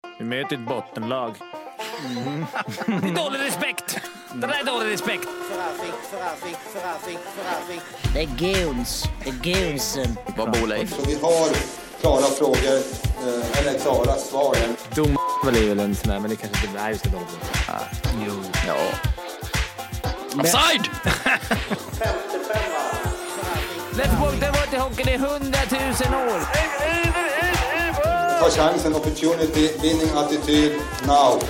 Vi möter ett bottenlag. Det är dålig respekt. Det där är dålig respekt. Det är guns. Det är gunsen. Vad bor Leif? Så vi har klara frågor, eller klara svar. Dom är väl en sån där, men det kanske inte är vi ska dom. Jo. Ja. Offside! Let's go, det var till hockey, det är 100 000 år. Ta chansen, opportunity, winning attityd, now.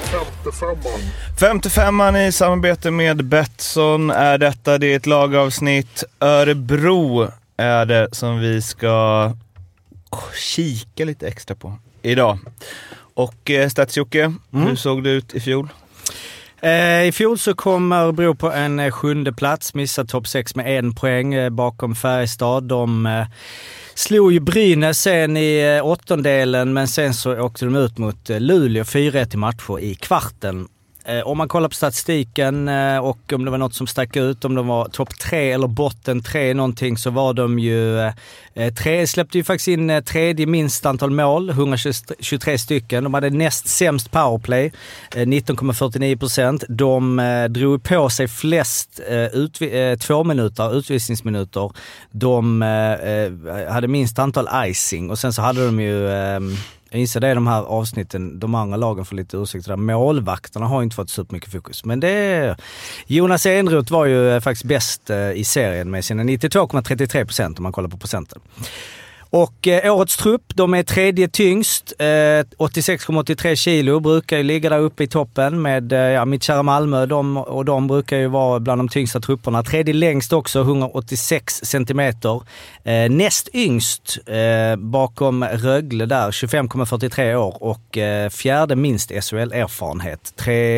55an i samarbete med Betsson är detta. Det är ett lagavsnitt. Örebro är det som vi ska kika lite extra på idag. Och Stats-Jocke, hur såg det ut i fjol? I fjol så kom Örebro på en 7:e plats, missade topp 6 med 1 poäng bakom Färjestad. De slog ju Brynäs sen i åttondelen, men sen så åkte de ut mot Luleå 4-1 i matcher i kvarten. Om man kollar på statistiken och om det var något som stack ut, om de var topp 3 eller botten 3 någonting, så var de ju släppte ju faktiskt in tredje minst antal mål, 123 stycken. De hade näst sämst powerplay, 19,49%. De drog på sig flest 2 minuter, utvisningsminuter. De hade minst antal icing, och sen så hade de ju jag inser det i de här avsnitten, de andra lagen får lite ursäkt där. Målvakterna har inte fått så mycket fokus. Men det Jonas Enroth var ju faktiskt bäst i serien med sina 92,33% om man kollar på procenten. Och årets trupp, de är tredje tyngst, 86,83 kilo, brukar ju ligga där uppe i toppen med mitt kära Malmö, de brukar ju vara bland de tyngsta trupperna. Tredje längst också, 186 centimeter. Näst yngst bakom Rögle där, 25,43 år, och fjärde minst SHL-erfarenhet.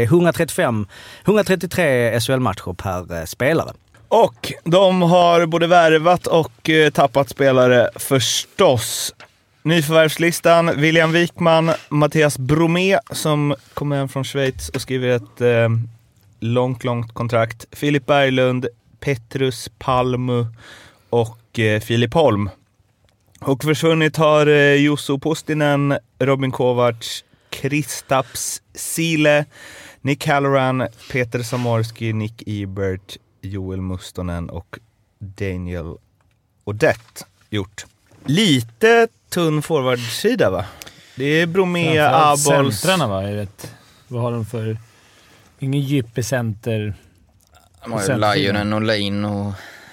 133 SHL-matcher per spelare. Och de har både värvat och tappat spelare förstås. Nyförvärvslistan: William Wikman, Mattias Bromé som kommer hem från Schweiz och skriver ett långt kontrakt. Filip Berglund, Petrus Palmu och Filip Holm. Och försvunnit har Juuso Postinen, Robin Kovacs, Kristaps Sile, Nick Halloran, Peter Samorski, Nick Ebert, Joel Mustonen och Daniel Odette gjort. Lite tunn forwardsida, va? Det är Bromé, Abols... Centrarna, va? Jag vet. Vad har de för... Ingen djup i center. De har ju Lajonen och Lane och...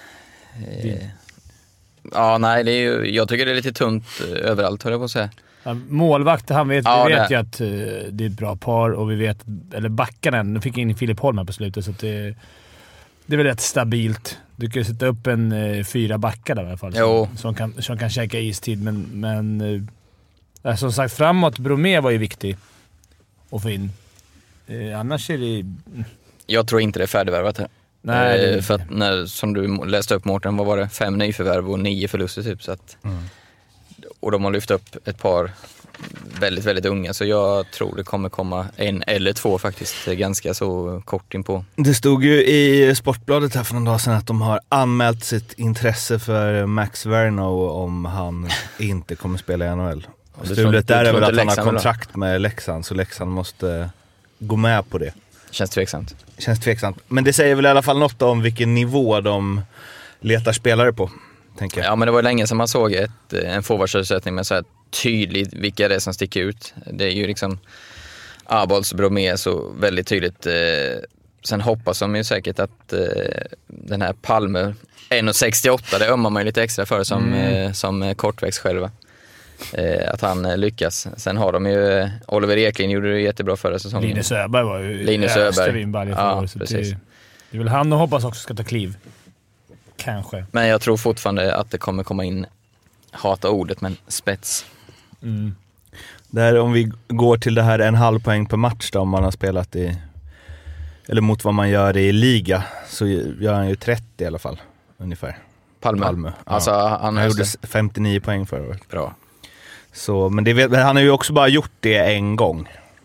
Ja, nej, det är ju... Jag tycker det är lite tunt överallt, höll jag på att säga. Ja, målvakt, vi vet ju att det är ett bra par, och vi vet... Eller backarna, nu fick in Filip Holm på slutet, så att det är väl rätt stabilt. Du kan ju sätta upp en 4 backar där i alla fall. Som kan käka istid. Men som sagt, framåt, Bromé var ju viktig att få in. Annars är det... Jag tror inte det är färdigvärvat här. Nej, för att som du läste upp, Mårten, vad var det? 5 nyförvärv och 9 förluster typ. Så att, och de har lyft upp ett par väldigt, väldigt unga, så jag tror det kommer komma 1 eller 2 faktiskt ganska så kort in på. Det stod ju i Sportbladet här för någon dag sedan att de har anmält sitt intresse för Max Verno om han inte kommer spela i NHL. Och strulet där är väl att han har kontrakt med Leksand, så Leksand måste gå med på det. Känns tveksamt. Men det säger väl i alla fall något om vilken nivå de letar spelare på, tänker jag. Ja, men det var länge sedan man såg en forwardsösättning med så här tydligt vilka det är som sticker ut. Det är ju liksom Abols, Bromé, så väldigt tydligt. Sen hoppas de ju säkert att den här Palme 1,68, det ömmar man ju lite extra för som kortväxt själva. Att han lyckas. Sen har de ju Oliver Eklund, gjorde det jättebra förra säsongen. Linus Öberg var ju så precis. Det är väl han och hoppas också ska ta kliv. Kanske. Men jag tror fortfarande att det kommer komma in, hata ordet, men spets. Där, om vi går till det här 1,5 poäng per match då, om man har spelat i, eller mot vad man gör i liga, så gör han ju 30 i alla fall ungefär. Palme. Alltså, han gjorde 59 poäng förra året. Bra. Så, men han har ju också bara gjort det en gång.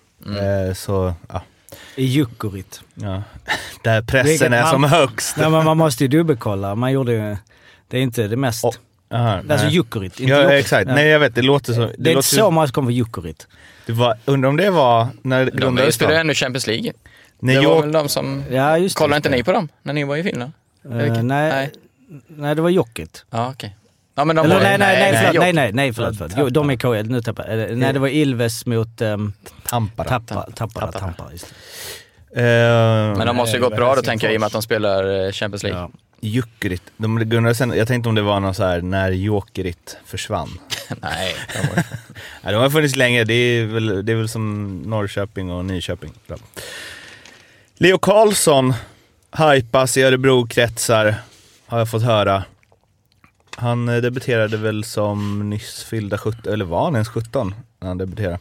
Så ja. I Jukurit. Ja. Där pressen är som högst. Ja, men man måste ju dubbelkolla. Man gjorde ju, det är inte det mest. Aha, alltså Jukurit. Ja, exakt. Ja. Nej, jag vet. Det låter så. Det är inte så man kommer på Jukurit. Undrar om det var när det grundades. De spelade ändå Champions League. Det var väl de som... Ja, just det. Kollade inte ni på dem när ni var i Finland? Nej, det var Jockit. Ja, okej. Ja, men förlåt. Jo, de är KL, nu tappar jag. Nej, det var Ilves mot Tampara. Tampara, just det. Men de måste ju gått bra då, tänker jag, i och med att de spelar Champions League. Ja. Jokerit. Jag tänkte om det var någon så här när Jokerit försvann. Nej, de har funnits länge. Det är väl som Norrköping och Nyköping. Bra. Leo Karlsson hypas i Örebro-kretsar, har jag fått höra. Han debuterade väl som nyss fyllda 17, eller var han ens 17 när han debuterade?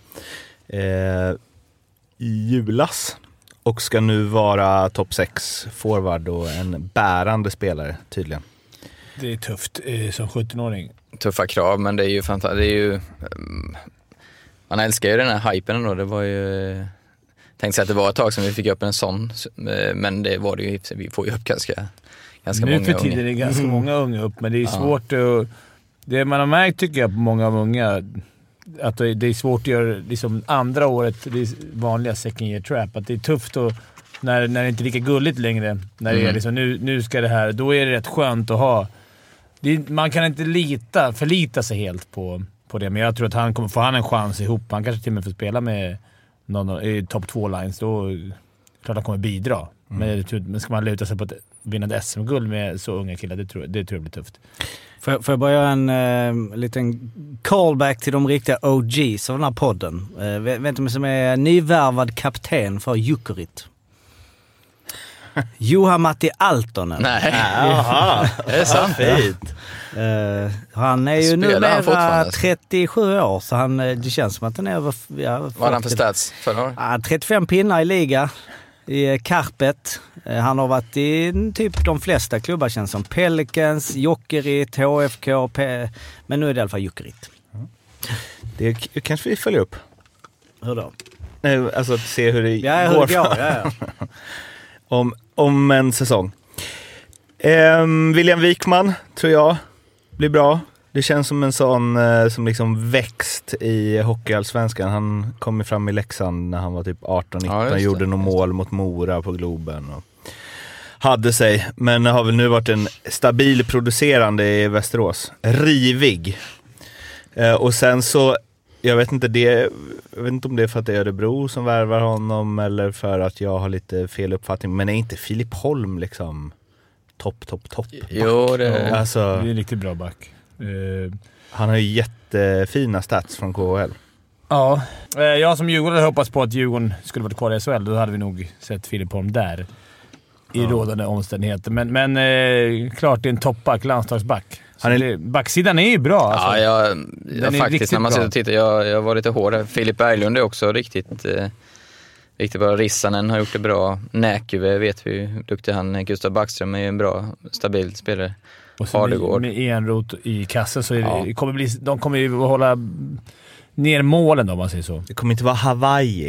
I julas. Och ska nu vara topp 6 forward och en bärande spelare tydligen. Det är tufft som 17-åring. Tuffa krav, men det är ju fantastiskt. Det är ju, man älskar ju den här hypen då. Det var ju... Tänkte säga att det var ett tag som vi fick upp en sån, men det var det ju, vi får ju upp ganska nu många för tiden är det ganska många unga upp, men det är svårt att... Det man har märkt, tycker jag, på många av unga, att det är svårt att göra liksom andra året, det är vanliga second year trap, att det är tufft och när det inte är lika gulligt längre, när det är liksom, nu ska det här, då är det rätt skönt att ha... man kan inte förlita sig helt på det, men jag tror att han kommer få en chans ihop. Han kanske till och med får spela med någon i topp 2-lines, då klart han kommer bidra. Men ska man luta sig på att vinna ett SM-guld med så unga killar, det tror jag blir tufft. Får jag bara göra en liten callback till de riktiga OGs av den här podden. Vet du som är nyvärvad kapten för Jukurit? Juha-Matti Aaltonen. Nej. Jaha, det är sant. Fint. Han är ju numera 37 år, så det känns som att han är över... Ja, vad han för stats förra året? 35 pinnar i liga i Karpet. Han har varit i typ de flesta klubbar, känns som Pelicans, Jokerit, HFK, men nu är det i alla fall Jokerit. Det kanske vi följer upp. Hur då? Alltså att se hur det går. Ja. om en säsong. William Wikman tror jag blir bra. Det känns som en sån som liksom växt i hockeyallsvenskan. Han kom fram i Leksand när han var typ 18-19, gjorde någon mål mot Mora på Globen och hade sig, men har väl nu varit en stabil producerande i Västerås. Rivig. Och sen så jag vet inte om det är för att det är Örebro som värvar honom eller för att jag har lite fel uppfattning, men är inte Filip Holm liksom topp back? Jo, det är en riktigt bra back. Han har ju jättefina stats från KHL. Ja, jag som Djurgården hoppas på att Djurgården skulle varit kvar i SHL. Då hade vi nog sett Filip Holm där i rådande omständigheter. Men klart det är en toppback, landslagsback. Backsidan är ju bra. Alltså. Ja, jag faktiskt när man sitter och tittar, jag var lite hård. Filip Berglund är också riktigt bra. Rissanen har gjort det bra. Näkyve vet vi hur duktig han är. Gustav Backström är ju en bra, stabil spelare. Och så med Enroth i kassen så de kommer ju hålla ner målen då, om man säger så. Det kommer inte vara Hawaii.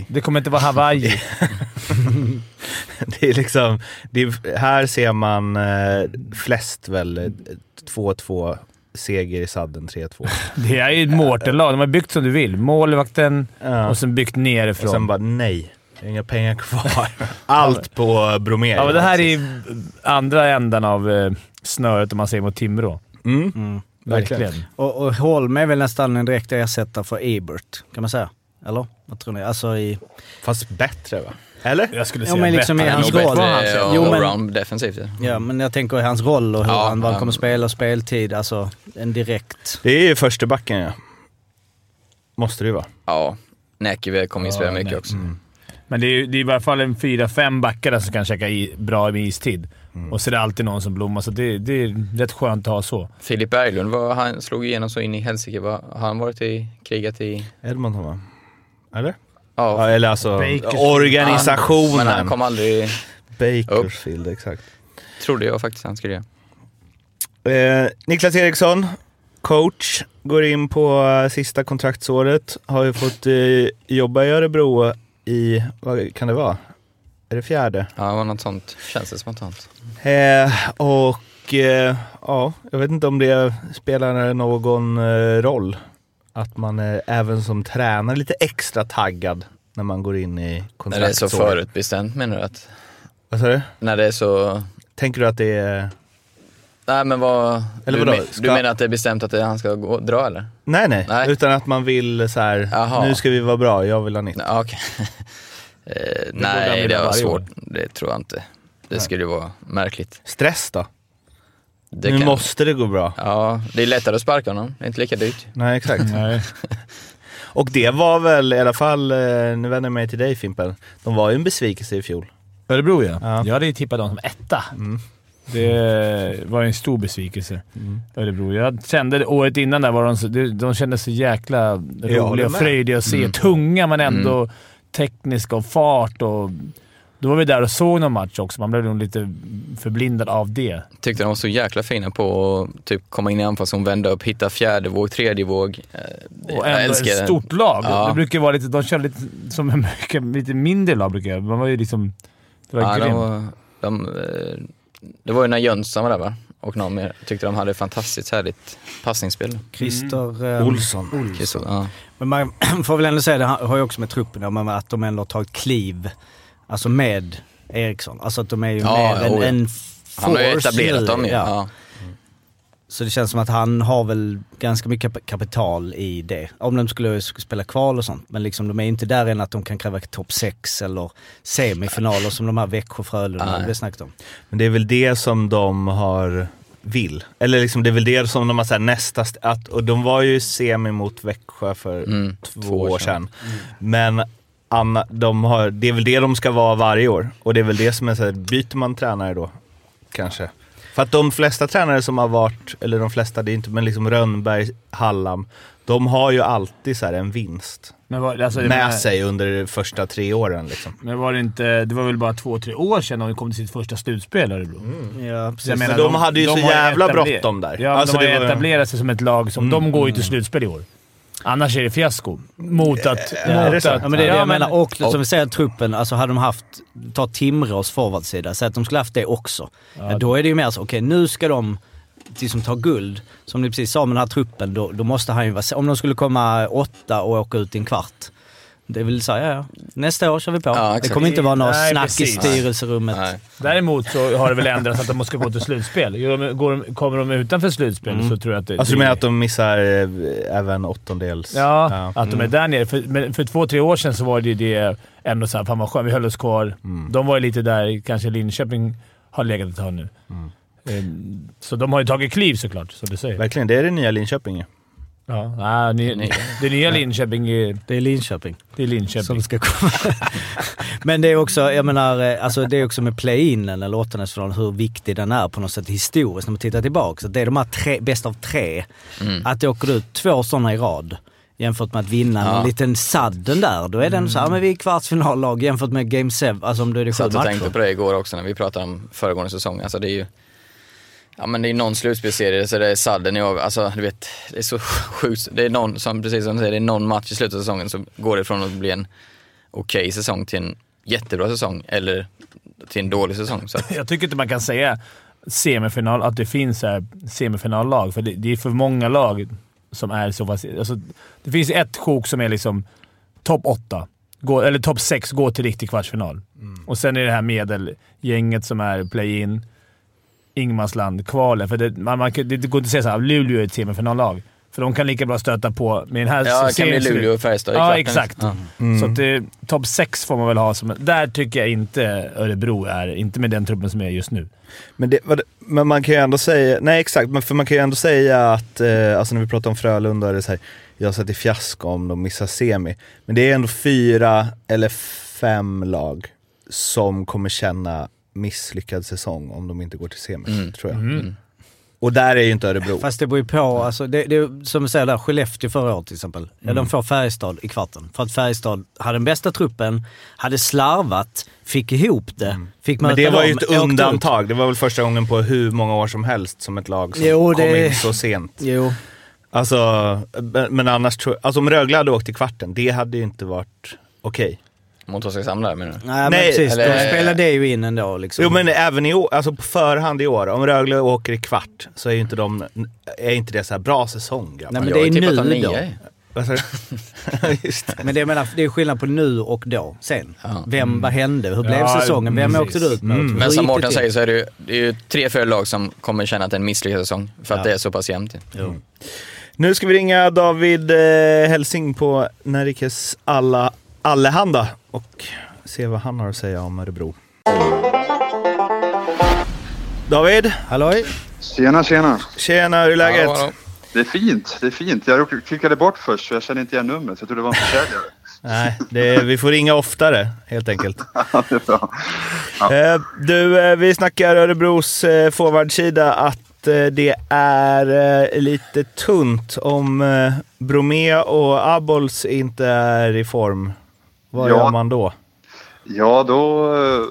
Det är liksom här ser man flest väl 2-2 seger i sadden 3-2. Det är ju ett mårtenlag. De har byggt som du vill. Målvakten och sen byggt nerifrån. Och sen bara nej. Inga pengar kvar. Allt på Bromé. Ja, men det här är andra ändan av snöret om man ser mot Timrå. Verkligen. Och Holm är väl nästan en direkt ersättare för Ebert, kan man säga. Eller? Vad tror ni? Alltså fast bättre, va? Eller? Jag skulle säga men liksom i hans roll. Allround defensivt. Ja, men jag tänker i hans roll och hur han kommer spela och speltid. Alltså en direkt... Det är ju första backen, ja. Måste det ju vara. Ja, Näkyve kommer ju spela mycket också. Men det är i alla fall en 4-5 backare som kan checka bra med istid. Och så är det alltid någon som blommar, så det är rätt skönt att ha så. Filip Berglund, han slog igenom så in i Helsike. Har han krigat i... Edmonton, va? Eller? Ja, eller alltså organisationen. Men han kom aldrig Bakersfield, exakt. Trodde jag faktiskt han skulle göra. Niklas Eriksson, coach, går in på sista kontraktsåret. Har ju fått jobba i Örebro i, vad kan det vara? Är det 4:e? Ja, det var något sånt. Känns det spontant. Jag vet inte om det spelar någon roll Att man är även som tränare lite extra taggad när man går in i kontraktsår. När det är så förutbestämt menar du att? Vad sa du? När det är så... Tänker du att det är... Nej men vad... Eller du menar att det är bestämt att han ska dra eller? Nej. Utan att man vill så här, nu ska vi vara bra, jag vill ha nytt. Okej. Nej, det var svårt. Det tror jag inte. Det skulle ju vara märkligt. Stress då? Nu måste det gå bra. Ja, det är lättare att sparka honom. Det är inte lika dyrt. Nej, exakt. Nej. Och det var väl i alla fall, nu vänder jag mig till dig Fimpen. De var ju en besvikelse i fjol. Örebro ja. Jag hade ju tippat dem som etta. Det var en stor besvikelse. Örebro. Jag kände året innan där var de kände så jäkla roliga och fröjdiga att se. Tunga men ändå tekniska och fart och då var vi där och såg någon match också. Man blev nog lite förblindad av det. Tyckte de var så jäkla fina på att typ komma in i anfallszon, vända upp, hitta fjärde våg, tredje våg. Och ändå ett stort lag. Ja. Det brukar vara lite, de kör lite som en lite mindre lag brukar jag. Man var ju liksom... Det var det var ju när Jönsson var där va? Och någon mer tyckte de hade fantastiskt härligt passningsspel. Christer Olsson. Ja. Men man får väl ändå säga, det har ju också med truppen att de ändå har tagit kliv alltså med Eriksson. Alltså att de är ju med en force. Han har ju etablerat dem ju. Ja. Så det känns som att han har väl ganska mycket kapital i det. Om de skulle spela kval och sånt. Men liksom de är inte där än att de kan kräva topp 6 eller semifinaler som de här Växjö Frölunda vi snackat om. Men det är väl det som de vill. Eller liksom det är väl det som de har sagt nästa... och de var ju semi mot Växjö för 2 år sedan. Men det är väl det de ska vara varje år. Och det är väl det som är så här, byter man tränare då? Kanske. För att de flesta tränare som har varit, eller de flesta det är inte, men liksom Rönnberg, Hallam, de har ju alltid så här en vinst med sig under de första 3 åren liksom. Men det var väl bara 2-3 år sedan de kom till sitt första slutspel Örebro. Ja, precis. Jag menar, de hade ju så jävla bråttom där. Ja, alltså, de har etablerat sig som ett lag som de går ju till slutspel i år. Annars är det fiasko. Mot att... men det är det jag menar. Och som vi säger, truppen, alltså hade de ta Timrås forwardsida, så att de skulle haft det också. Ja, då är det ju mer så, okej, nu ska de liksom ta guld. Som ni precis sa med den här truppen, då måste han ju vara... Om de skulle komma 8 och åka ut i en kvart. Det vill säga, nästa år kör vi på. Ja, det kommer inte vara något snack i styrelserummet. Nej. Däremot så har det väl ändrats att de måste gå till slutspel. Kommer de utanför slutspel så tror jag att det... Alltså du menar att de missar även åttondels... Ja, att de är där nere. För 2-3 år sedan så var det ändå så här, fan vad skönt, vi höll oss kvar. De var ju lite där, kanske Linköping har legat ett tag nu. Så de har ju tagit kliv såklart, som du säger. Verkligen, det är det nya Linköping. Ja, det nya Linköping är... Det är Linköping. Det är Linköping. Som ska komma. Men det är också, jag menar, alltså det är också med play-inen eller åttondelsfinalen, hur viktig den är på något sätt historiskt när man tittar tillbaka. Så det är de här bäst av 3. Att det åker ut 2 sådana i rad jämfört med att vinna en liten sadden där. Då är den så här, men vi är kvartsfinallag jämfört med Game 7. Alltså om det är det 7 matcher. Jag tänkte på det igår också när vi pratade om föregående säsong. Alltså det är ju... Ja, men det är någon slutspelserie så det är sadden i år. Alltså du vet, det är så sjukt. Det är någon som, precis som du säger, det är någon match i slutet av säsongen som går ifrån att bli en okej säsong till en jättebra säsong eller till en dålig säsong. Så. Jag tycker inte man kan säga semifinal att det finns semifinallag, för det är för många lag som är så pass... Alltså, det finns ett sjok som är liksom topp 8 eller topp 6 går till riktig kvartsfinal. Och sen är det här medelgänget som är play-in, Ingmarsland, kvalet. För det går inte att säga så här, Luleå är ett semifinallag. För de kan lika bra stöta på med den här... Ja, det kan bli Luleå och Färjestad. Ja, exakt. Ja. Så att topp 6 får man väl ha som... Där tycker jag inte Örebro är, inte med den truppen som är just nu. Men man kan ju ändå säga... Nej, exakt. Men för man kan ju ändå säga att... alltså när vi pratar om Frölunda är det så här... Jag har sett i fiasko om de missar semi. Men det är ändå 4 eller 5 lag som kommer känna misslyckad säsong om de inte går till semi, tror jag. Och där är ju inte Örebro. Fast det beror ju på, alltså det som jag säger där, Skellefteå förra året till exempel. Ja, de får Färjestad i kvarten. För att Färjestad hade den bästa truppen, hade slarvat, fick ihop det. Fick men det var ju ett undantag. Det var väl första gången på hur många år som helst som ett lag som kom in så sent. Jo. Alltså, men annars tror jag... Alltså om Rögle hade åkt i kvarten, det hade ju inte varit okej. Mot Oskarshamn där, menar du? Nej, men precis. Eller... De spelar det ju in ändå. Liksom. Jo, men även i år, alltså på förhand i år. Om Rögle åker i kvart så är ju inte det så här bra säsong. Nej, men det är nu då. Vad sa du? Just det. Men det, det är skillnad på nu och då. Sen. Vad hände? Hur blev säsongen? Vem åkte du ut mot? Men som Mårten säger så är det ju 3-4 lag som kommer känna att det är en misslyckad säsong. För att det är så pass jämnt. Nu ska vi ringa David Helsing på Närikes Allehanda och se vad han har att säga om Örebro. David? Halloj? Tjena. Tjena, hur är läget? Ja. Det är fint. Jag klickade bort först så jag kände inte igen numret. Så jag trodde det var en försäljare. Nej, vi får ringa oftare helt enkelt. Ja, det är bra. Ja. Vi snackar Örebros forwardsida att det är lite tunt om Bromé och Abols inte är i form. Vad gör man då? Ja, då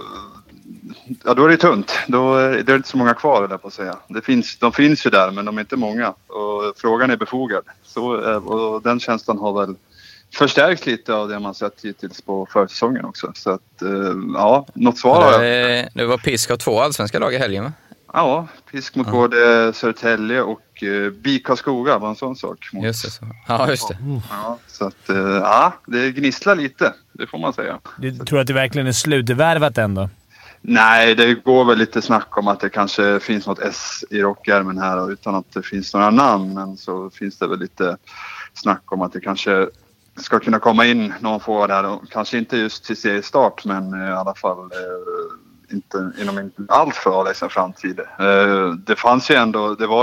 är det tunt. Då är det inte så många kvar där på att säga. De finns ju där, men de är inte många. Och frågan är befogad. Och den känslan har väl förstärkts lite av det man sett hittills på försäsongen också. Så att, något svar har jag. Det var pisk av 2 allsvenska lag i helgen, va? Ja, pisk mot både Södertälje och BIK Karlskoga var en sån sak. Just det. Så. Ja, just det. Ja, så att, det gnisslar lite, det får man säga. Du tror att det verkligen är slutvärvat ändå? Nej, det går väl lite snack om att det kanske finns något S i rockärmen här och utan att det finns några namn. Men så finns det väl lite snack om att det kanske ska kunna komma in någon forward där. Och kanske inte just till seriestart, men i alla fall inte inom en allt för avlägsen framtid. Det fanns ju ändå, de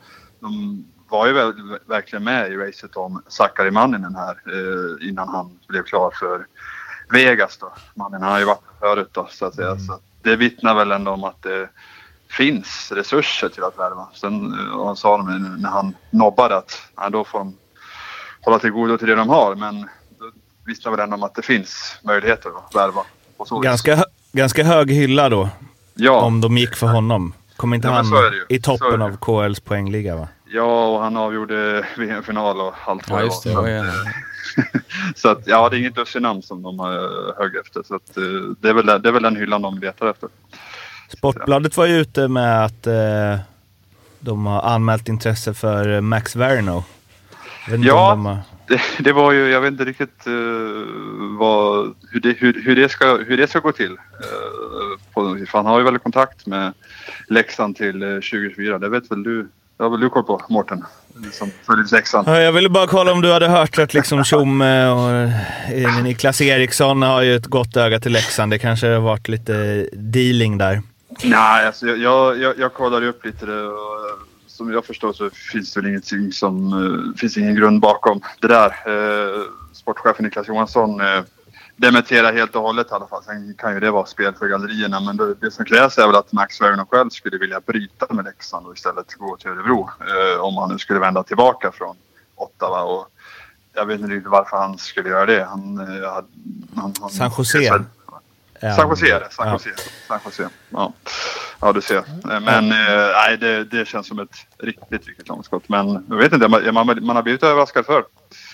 var ju verkligen med i racet om Sakari Manninen här innan han blev klar för Vegas då. Mannen har ju varit förut då, så att säga. Så det vittnar väl ändå om att det finns resurser till att värva. Sen sa de när han nobbade att då får de hålla till godo till det de har. Men det vittnar väl ändå om att det finns möjligheter att värva. Ganska hög hylla då. Ja. Om de gick för honom. Kommer inte han i toppen av KLs poängliga, va? Ja, och han avgjorde VM-final och allt vad det var. Så att, det är inget dussinamn som de har hög efter. Så att, det är väl den hyllan de letar efter. Sportbladet var ju ute med att de har anmält intresse för Max Verno. Det var ju, jag vet inte riktigt hur det ska gå till. Han har ju väl kontakt med Leksand till 2024. Det vet väl du? Det har väl du koll på, Mårten? Som följer Leksand. Ja, jag ville bara kolla om du hade hört att liksom Tjomme och Niklas Eriksson har ju ett gott öga till Leksand. Det kanske har varit lite dealing där. Nej, alltså jag kollade upp lite och som jag förstår så finns det väl ingenting finns ingen grund bakom det där. Sportchefen Niklas Johansson dementerar helt och hållet i alla fall. Sen kan ju det vara spel för gallerierna, men det som krävs är väl att Max Verno själv skulle vilja bryta med Leksand och istället gå till Örebro om han nu skulle vända tillbaka från Ottawa. Och jag vet inte varför han skulle göra det. San Jose. San Jose. Ja, du ser. Men nej, det känns som ett riktigt långt skott. Men jag vet inte, man har blivit överraskad för.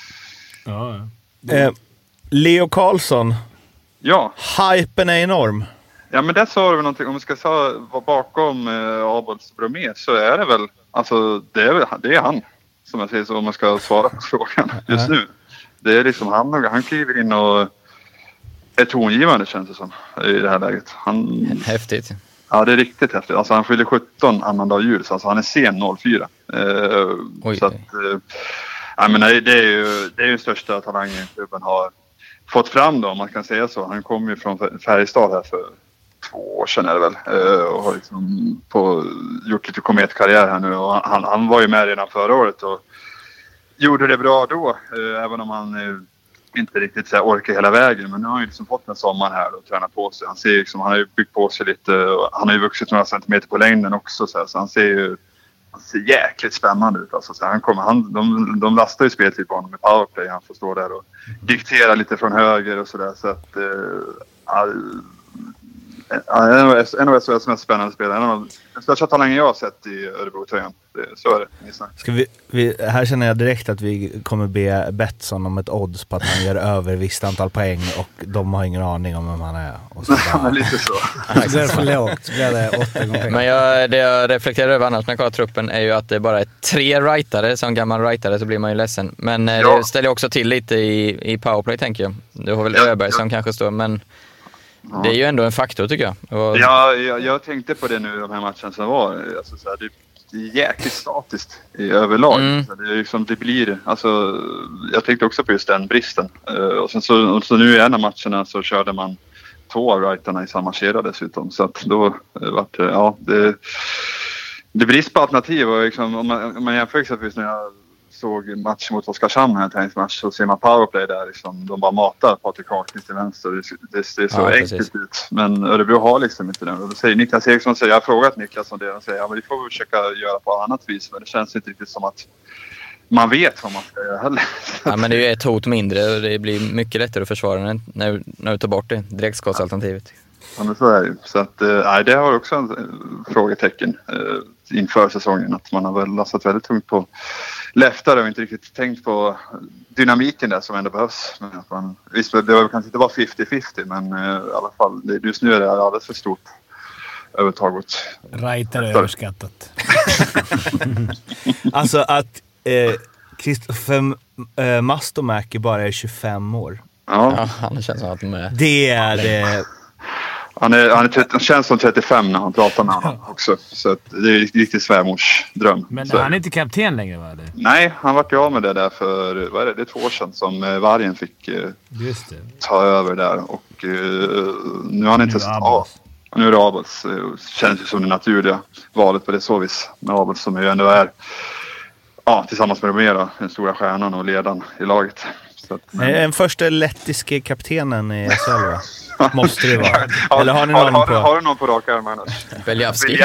Leo Karlsson. Ja. Hypen är enorm. Ja, men där sa du väl någonting. Om vi ska vara bakom Abols Bromé så är det väl, alltså det är han som jag säger så, om man ska svara på frågan just nu. Det är liksom han kliver in och är tongivande, känns det som, i det här läget. Häftigt. Ja, det är riktigt häftigt. Alltså han fyller 17 annandag jul, så alltså han är sen 04. Så att, men det är ju den största talangen klubben har fått fram då, om man kan säga så. Han kom ju från Färjestad här för 2 år sedan är det väl. Och har liksom gjort lite kometkarriär här nu. Och han var ju med redan förra året och gjorde det bra då. Även om han inte riktigt så här orkar hela vägen. Men nu har han ju liksom fått en sommar här och tränat på sig. Han ser liksom, han har ju byggt på sig lite. Och han har ju vuxit några centimeter på längden också. Så han ser jäkligt spännande ut. Alltså, så de lastar ju spelet på honom med powerplay. Han får stå där och diktera lite från höger och sådär. Så att En av SHLs mest spännande spelare. En av de största talangen jag har sett i Örebro-tröjan. Så är det. Ska vi, här känner jag direkt att vi kommer be Betsson om ett odds på att han gör över visst antal poäng och de har ingen aning om vem han är. Och så bara... lite så. Så blir det för lågt. Så blir det 8 gånger. Men det jag reflekterar över annars när jag kollar truppen är ju att det bara är 3 rightare. Som gammal rightare så blir man ju ledsen. Men det ställer också till lite i powerplay, tänker jag. Det har väl Öberg som kanske står, men... Ja. Det är ju ändå en faktor, tycker jag. Och... Jag tänkte på det nu, de här matcherna som var. Alltså, så här, det är jäkligt statiskt i överlag. Så det är liksom, det blir, alltså, jag tänkte också på just den bristen. Och sen så nu i en av matcherna så körde man 2 av rightarna i samma kedja dessutom. Så att då vart det brist på alternativ. Och liksom, om man jämför exempelvis när jag såg match mot Oskarshamn här, tennismatch, så ser man powerplay där liksom, de bara matar Patrik Harkness till vänster. Det ser så enkelt ut. Men Örebro har liksom inte det. Och då säger Niklas Eriksson, jag har frågat Niklas om det, och säger men det får vi försöka göra på annat vis, men det känns inte riktigt som att man vet vad man ska göra heller. Ja, men det är ju ett hot mindre och det blir mycket lättare att försvara när du tar bort det direktskottsalternativet. Ja, men så är det. Så att, det har också en frågetecken inför säsongen, att man har väl lastat väldigt tungt på läftare och inte riktigt tänkt på dynamiken där som ändå behövs. Men att man, visst, det var kanske inte var 50-50, men i alla fall just nu är det alldeles för stort övertag åt Reiter är överskattat. Alltså att Kristoffer Mastomäki bara är 25 år. Ja, han känns som att de är... Det är det... Han känns som 35 när han pratar med honom också. Så att det är riktigt svärmors dröm. Men så. Han är inte kapten längre, va? Nej, han var ju av med det där för det är 2 år sedan som Vargen fick ta över där. Och nu har han inte sett av. Nu är det Abels. Känns ju som det naturliga valet på det så vis. Med Abels som ju ändå är tillsammans med Romero, den stora stjärnan och ledaren i laget. Så att, en första lettiske kaptenen i SHL, va? Måste det vara. Eller har ni någon på... Har du någon på rak arm annars? Beljavskis.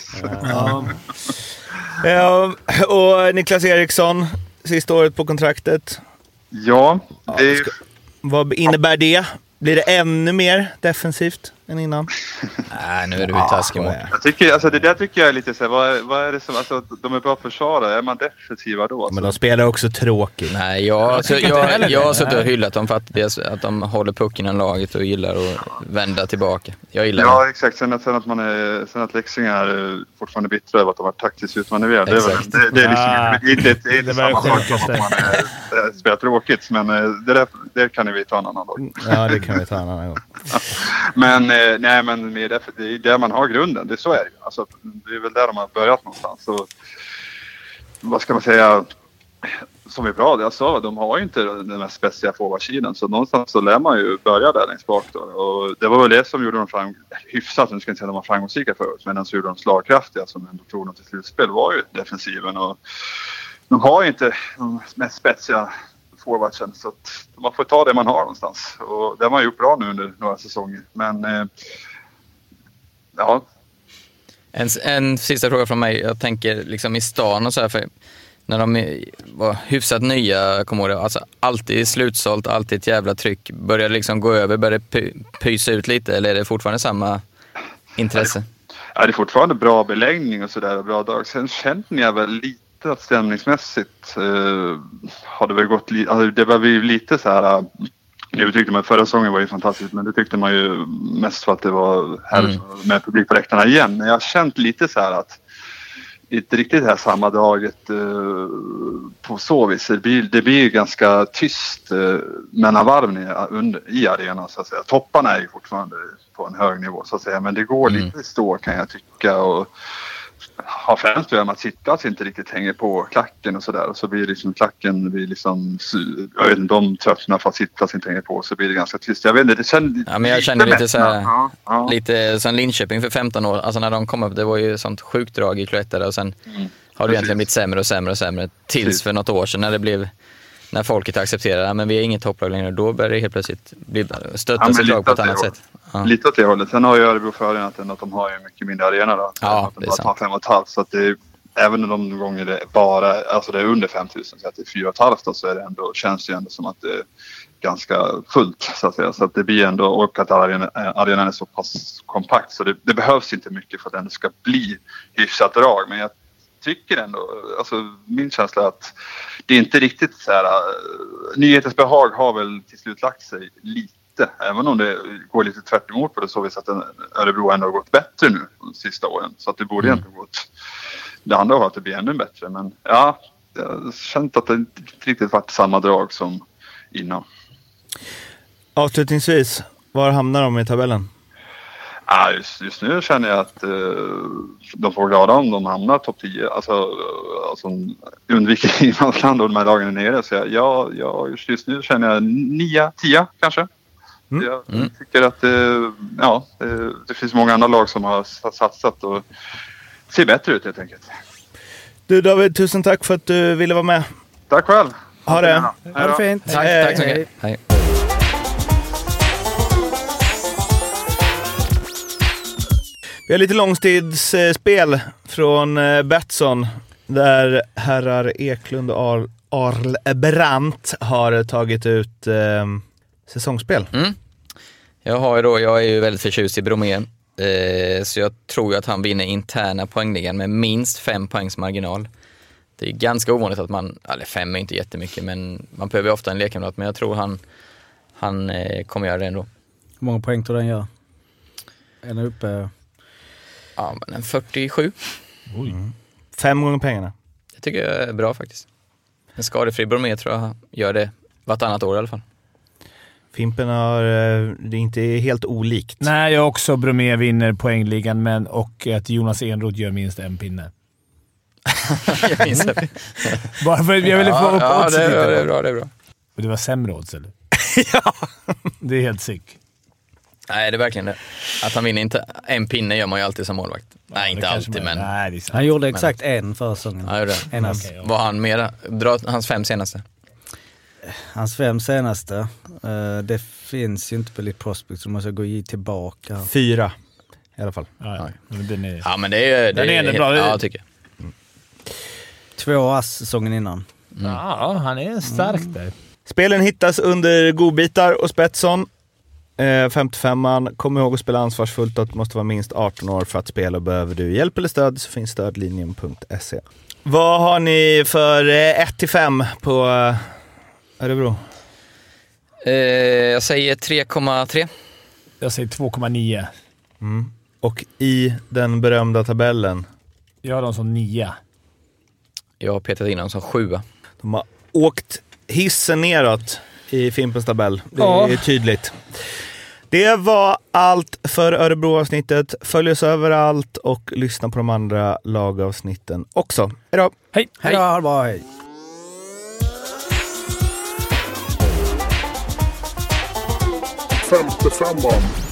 Ja, och Niklas Eriksson, sista året på kontraktet. Ja. Vad innebär det? Blir det ännu mer defensivt än innan? Nej, nu är du taskig mot. Jag tycker, alltså det där tycker jag är lite så här, vad är det som, alltså de är bra försvarare, är man defensiva då? Alltså? Men de spelar också tråkigt. Nej, jag har suttit och hyllat dem för att de håller pucken i laget och gillar att vända tillbaka. Jag gillar det. Exakt. Sen att Leksing är fortfarande bittra över att de har taktiskt utmanövrade. Det är liksom inte samma sak som man spelar tråkigt, men det kan vi ta en annan dag. Ja, det kan vi ta en annan gång. Men nej, men det är där man har grunden. Det så är det ju. Alltså, det är väl där de har börjat någonstans. Så, vad ska man säga, som är bra, jag sa, de har ju inte den mest speciella forwardsidan, så någonstans så lär man ju börja där längst bak då. Och det var väl det som gjorde dem hyfsat, nu ska jag inte säga att de var framgångsrika förut, men den som gjorde dem slagkraftiga, som ändå tog dem till slutspel, var ju defensiven. Och de har ju inte de mest spetsiga forwardsen, så att man får ta det man har någonstans. Och det har man gjort bra nu under några säsonger. Men En sista fråga från mig. Jag tänker liksom i stan och så här, för när de var hyfsat nya, kommer jag, alltså alltid slutsålt, alltid ett jävla tryck. Börjar det liksom gå över, börjar det pysa ut lite, eller är det fortfarande samma intresse? Ja, det är fortfarande bra beläggning och sådär, bra dag. Sen känner jag väl lite att stämningsmässigt har det väl gått det var ju lite så här. Det tyckte man förra säsongen var ju fantastiskt, men det tyckte man ju mest för att det var här med publik på läktarna igen. Men jag har känt lite så här att inte riktigt det här samma daget på så vis. Det blir ju ganska tyst mellan varven i arenan, så att säga. Topparna är ju fortfarande på en hög nivå, så att säga, men det går lite stå, kan jag tycka, och har främst med att sittplats inte riktigt hänger på klacken och sådär, och så blir liksom klacken jag vet inte, de tröttnar för att sittplats inte hänger på, så blir det ganska tyst. Jag vet inte, jag känner lite så här, lite som Linköping för 15 år, alltså när de kom upp, det var ju sånt sjukt drag i Cloetta, och sen har det egentligen blivit sämre och sämre och sämre tills för något år sedan när folket accepterar men vi är inget topplag längre, då börjar det helt plötsligt stötta sitt lag på ett annat sätt. Ja. Lite åt det hållet. Sen har ju Örebro fördelen att de har ju mycket mindre arena då. Ja, att de bara tar 5,5, så att det är, även de gånger det bara, alltså det är under 5 000, så att det är 4,5 då, så är det ändå, känns det ju ändå som att det ganska fullt så att säga. Så att det blir ändå, och att arenan är så pass kompakt så det behövs inte mycket för att det ska bli hyfsat drag. Men jag tycker ändå, alltså min känsla är att det är inte riktigt så här, nyhetens behag har väl till slut lagt sig lite, även om det går lite tvärt emot på det så vis att Örebro ändå har gått bättre nu de sista åren. Så att det borde egentligen gått, det andra har att det blir ännu bättre, men ja, jag har känt att det inte riktigt varit samma drag som innan. Avslutningsvis, var hamnar de i tabellen? Ja, just nu känner jag att de får glada om de hamnar topp 10. Alltså undviker Inlandsland och de här lagen är nere. Så just nu känner jag 9-10 kanske. Jag tycker att det finns många andra lag som har satsat och ser bättre ut helt enkelt. Du David, tusen tack för att du ville vara med. Tack själv. Ha det. Ha det fint. Tack så mycket. Hej. Vi har lite långtidsspel från Betsson där herrar Eklund och Arlbrandt har tagit ut säsongsspel. Jag är ju väldigt förtjust i Bromé. Så jag tror att han vinner interna poängligan med minst 5 poängs marginal. Det är ganska ovanligt att eller 5 är inte jättemycket, men man behöver ofta en lekkamrat. Men jag tror han kommer göra det ändå. Hur många poäng tror den gör? Är den uppe? Ja, men en 47. 5 gånger pengarna. Det tycker jag är bra faktiskt. En skadefri Bromé tror jag gör det vartannat år i alla fall. Fimpen har det är inte helt olikt. Nej, jag också Bromé vinner poängligan, och att Jonas Enroth gör minst en pinne. Jag minns det. Bara för att jag ville få upp odds lite. Det är bra. Och det var sämre odds, eller? Ja. Det är helt sick. Nej, det är verkligen det. Att han vinner inte en pinne gör man ju alltid som målvakt. Nej, inte alltid, men... Nej, han gjorde exakt en förra säsongen. Ja, det. Var han mera? Dra hans 5 senaste. Hans 5 senaste. Det finns ju inte på Elite Prospect, så måste jag gå tillbaka. 4 i alla fall. Ja, men det är ändå bra. Ja, tycker jag. 2 ass säsongen innan. Ja, han är stark där. Spelen hittas under godbitar och Betsson. 55an. Kom ihåg att spela ansvarsfullt och att måste vara minst 18 år för att spela. Behöver du hjälp eller stöd så finns stödlinjen.se. Vad har ni för 1-5 på Örebro? Jag säger 3,3. Jag säger 2,9. Och i den berömda tabellen? Jag har dem som 9. Jag har petat in dem som 7. De har åkt hissen neråt i Fimpens tabell. Det är tydligt. Det var allt för Örebro-avsnittet. Följ oss överallt och lyssna på de andra lagavsnitten också. Hejdå! Hej! Hejdå, ha det bra, hej! Femte femman.